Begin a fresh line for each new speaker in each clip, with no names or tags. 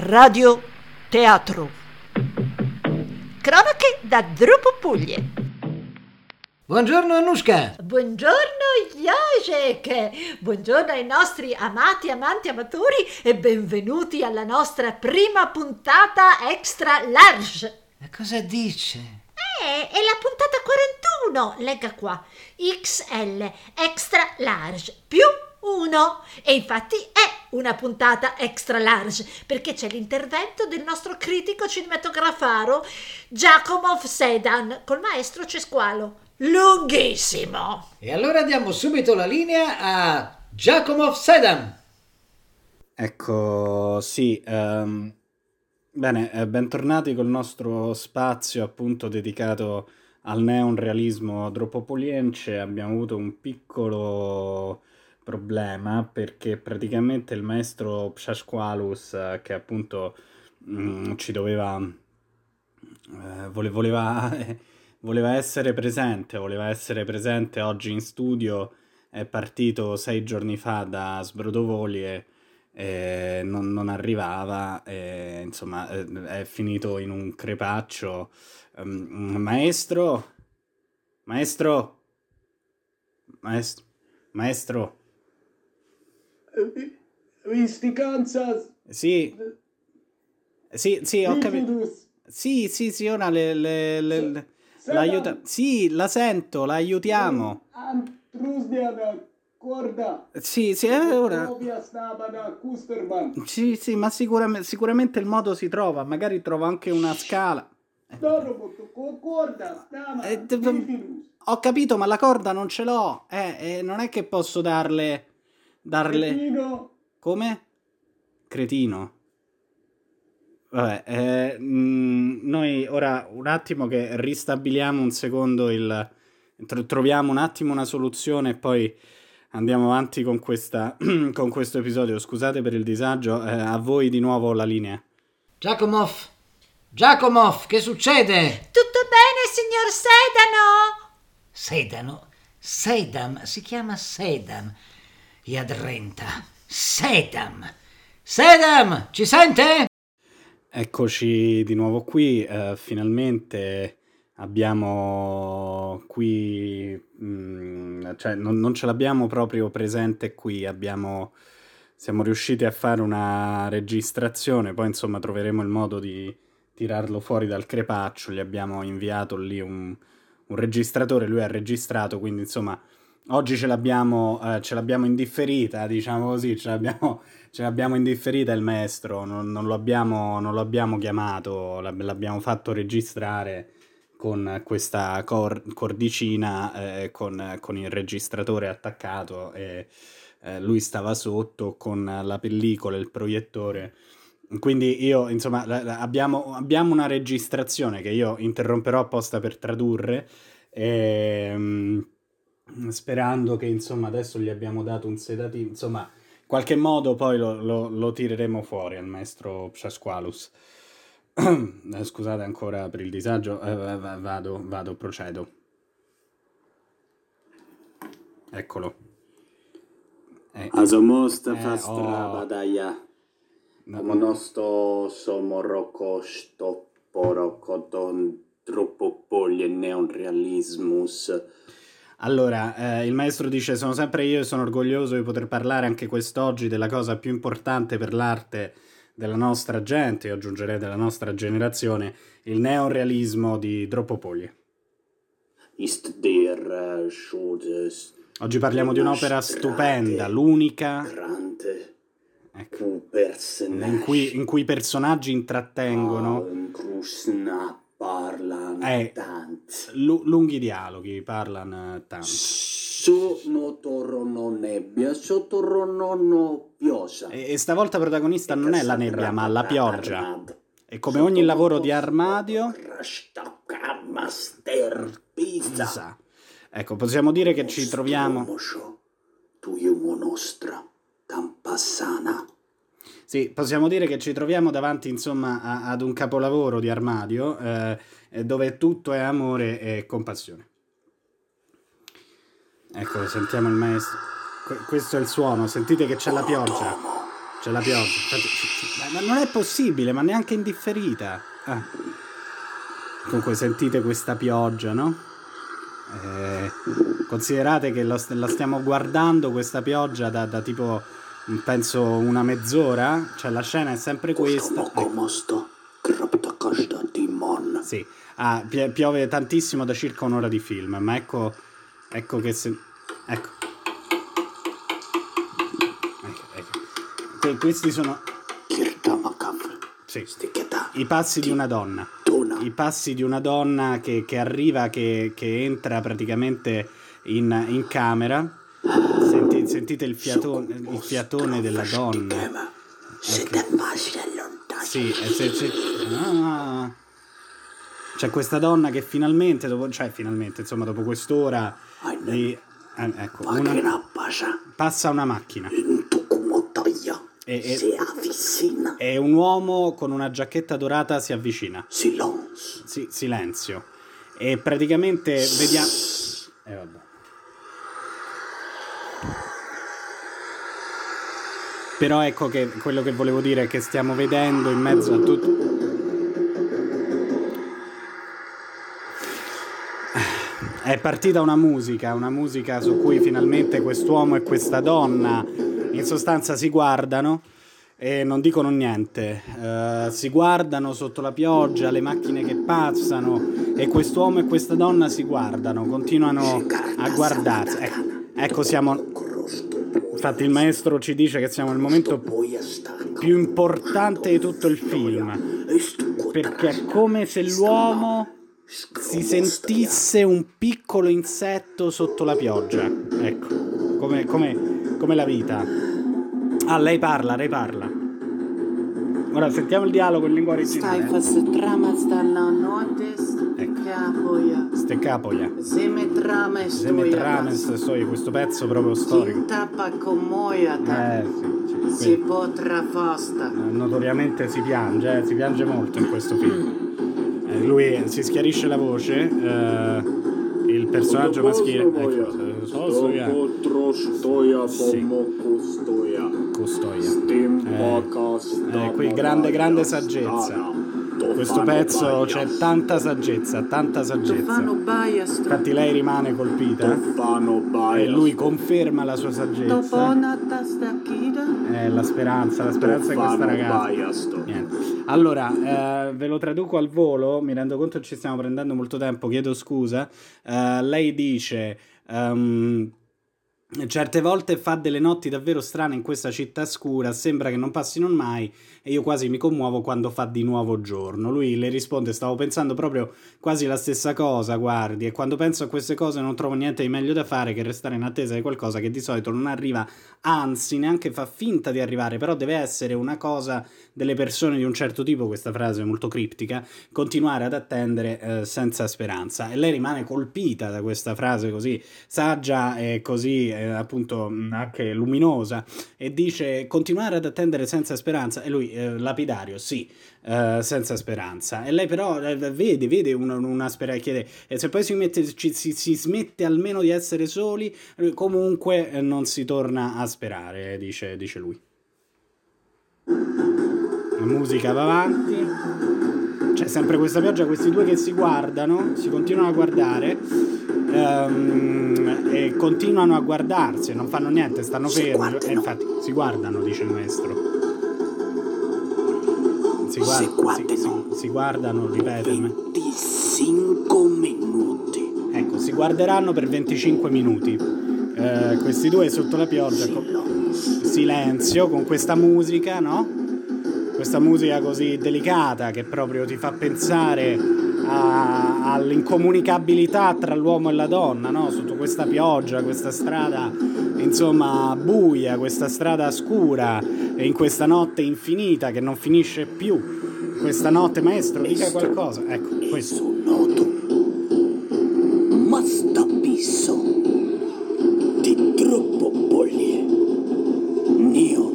Radio Teatro. Cronache da Drupo Puglie.
Buongiorno Anushka.
Buongiorno Jacek. Buongiorno ai nostri amati amanti amatori e benvenuti alla nostra prima puntata extra large.
Ma cosa dice?
È la puntata 41, legga qua, XL, extra large, più 1. E infatti è una puntata extra large, perché c'è l'intervento del nostro critico cinematografaro Giacomo Sedan, col maestro Cesqualo. Lunghissimo!
E allora diamo subito la linea a Giacomo Sedan.
Ecco, sì, bene, bentornati col nostro spazio appunto dedicato al neorealismo dropopoliense. Abbiamo avuto un piccolo problema perché praticamente il maestro Pshashqualus, che appunto ci doveva, voleva essere presente oggi in studio, è partito 6 giorni fa da Sbrodovoli e non arrivava, insomma è finito in un crepaccio. Maestro?
Visti Kansas.
Sì, ho capito. Sì, ora l'aiuta. Sì, la sento, la aiutiamo.
Corda.
Sì, ora. Sì, ma sicuramente il modo si trova, magari trovo anche una scala. Ho capito, ma la corda non ce l'ho. Non è che posso darle.
Cretino.
Come? Cretino. Vabbè, noi ora un attimo che ristabiliamo un secondo troviamo un attimo una soluzione e poi andiamo avanti con con questo episodio. Scusate per il disagio, a voi di nuovo la linea.
Giacomov, che succede?
Tutto bene, signor Sedano?
Sedam, si chiama Sedam. Yadrenta. Sedam, ci sente?
Eccoci di nuovo qui, finalmente abbiamo qui, cioè non ce l'abbiamo proprio presente qui, siamo riusciti a fare una registrazione, poi insomma troveremo il modo di tirarlo fuori dal crepaccio, gli abbiamo inviato lì un registratore, lui ha registrato, quindi insomma oggi ce l'abbiamo in differita, diciamo così, ce l'abbiamo in differita il maestro, non lo abbiamo chiamato, l'abbiamo fatto registrare con questa cordicina, con il registratore attaccato e lui stava sotto con la pellicola, il proiettore. Quindi io, insomma, abbiamo una registrazione che io interromperò apposta per tradurre, sperando che, insomma, adesso gli abbiamo dato un sedativo, insomma, in qualche modo poi lo tireremo fuori al maestro Pshashqualus. Scusate ancora per il disagio, procedo. Eccolo.
Also Mustafa Strabadaya. Monosto somoroko stoporokodon tropopoglie neonrealismus.
Allora, il maestro dice: sono sempre io e sono orgoglioso di poter parlare anche quest'oggi della cosa più importante per l'arte della nostra gente, io aggiungerei della nostra generazione, il neorealismo di Droppopoglie.
Ist der Schudes.
Oggi parliamo di un'opera stupenda, l'unica,
ecco,
in cui i personaggi intrattengono, lunghi dialoghi, parlano tanto. E stavolta protagonista non è la nebbia, ma la pioggia. E come ogni lavoro di armadio, ecco, possiamo dire che ci troviamo. Sì, possiamo dire che ci troviamo davanti, insomma, ad un capolavoro di armadio, dove tutto è amore e compassione. Ecco, sentiamo il maestro. Questo è il suono, sentite che c'è la pioggia. C'è la pioggia. Ma non è possibile, ma neanche indifferita. Comunque sentite questa pioggia, no? Considerate che la stiamo guardando questa pioggia da tipo, penso, una mezz'ora. Cioè la scena è sempre questa. Sì, piove tantissimo da circa un'ora di film, ma ecco che se... Ecco. Questi sono... Sì. I passi di una donna. I passi di una donna che arriva, che entra praticamente in camera. Sentite il fiatone della donna. Sì, c'è questa donna che finalmente, insomma, dopo quest'ora ecco, passa una macchina. E un uomo con una giacchetta dorata si avvicina. Silenzio. E praticamente vediamo... vabbè. Però ecco che quello che volevo dire è che stiamo vedendo in mezzo a tutto... È partita una musica su cui finalmente quest'uomo e questa donna in sostanza si guardano e non dicono niente, si guardano sotto la pioggia, le macchine che passano, e quest'uomo e questa donna si guardano, continuano a guardarsi. Ecco, siamo... Infatti il maestro ci dice che siamo nel momento più importante di tutto il film, perché è come se l'uomo si sentisse un piccolo insetto sotto la pioggia. Ecco, come la vita. Lei parla. Ora sentiamo il dialogo in lingua originale. Ecco. Ste capoia. Zeme trames storie, questo pezzo proprio storico. Si potrà fasta. Notoriamente si piange molto in questo film. Lui si schiarisce la voce, il personaggio maschile. Qui grande saggezza. Questo pezzo c'è tanta saggezza. Infatti lei rimane colpita e lui conferma la sua saggezza. La speranza è questa ragazza. Niente. Allora, ve lo traduco al volo, mi rendo conto che ci stiamo prendendo molto tempo, chiedo scusa. Lei dice... certe volte fa delle notti davvero strane in questa città scura, sembra che non passino mai e io quasi mi commuovo quando fa di nuovo giorno. Lui le risponde: stavo pensando proprio quasi la stessa cosa, guardi, e quando penso a queste cose non trovo niente di meglio da fare che restare in attesa di qualcosa che di solito non arriva, anzi neanche fa finta di arrivare, però deve essere una cosa delle persone di un certo tipo. Questa frase è molto criptica. Continuare ad attendere senza speranza. E lei rimane colpita da questa frase così saggia e così appunto anche luminosa, e dice: continuare ad attendere senza speranza. E lui, lapidario, sì, senza speranza. E lei però vede una speranza, chiede: e se poi si smette almeno di essere soli, comunque non si torna a sperare, dice lui. La musica va avanti, c'è sempre questa pioggia, questi due che si guardano, si continuano a guardare e continuano a guardarsi, non fanno niente, stanno fermi, e infatti si guardano, dice il maestro. Si guardano, ripete.
25 minuti.
Ecco, si guarderanno per 25 minuti. Questi due sotto la pioggia, silenzio, con questa musica, no? Questa musica così delicata che proprio ti fa pensare all'incomunicabilità tra l'uomo e la donna, no? Sotto questa pioggia, questa strada insomma buia, questa strada scura, e in questa notte infinita che non finisce più, questa notte. Maestro, dica qualcosa. Ecco, questo
noto mastapisso di troppo pollie neon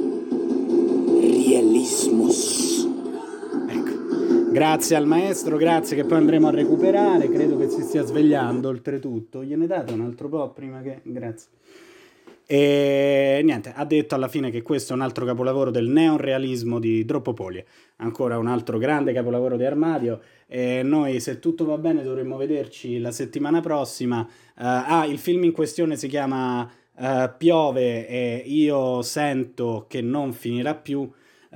realismus.
Ecco, grazie al maestro, grazie, che poi andremo a recuperare, credo che si stia svegliando oltretutto. Gliene date un altro po' prima che... Grazie. E niente, ha detto alla fine che questo è un altro capolavoro del neorealismo di Droppopolje, ancora un altro grande capolavoro di Armadio. E noi, se tutto va bene, dovremmo vederci la settimana prossima. Il film in questione si chiama Piove e io sento che non finirà più.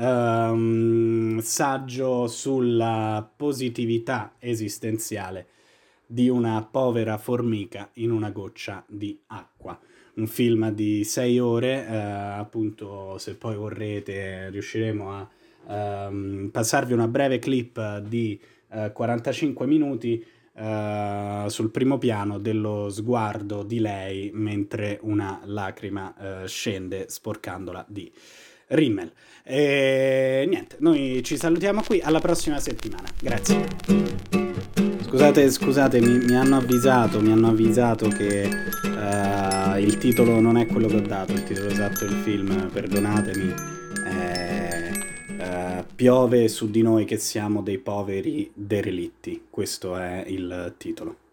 Saggio sulla positività esistenziale di una povera formica in una goccia di acqua. Un film di 6 ore, appunto, se poi vorrete riusciremo a passarvi una breve clip di 45 minuti sul primo piano dello sguardo di lei mentre una lacrima scende sporcandola di Rimmel. E niente, noi ci salutiamo qui, alla prossima settimana. Grazie. Scusate, mi hanno avvisato che il titolo non è quello che ho dato, il titolo esatto del film, perdonatemi. Piove su di noi che siamo dei poveri derelitti, questo è il titolo.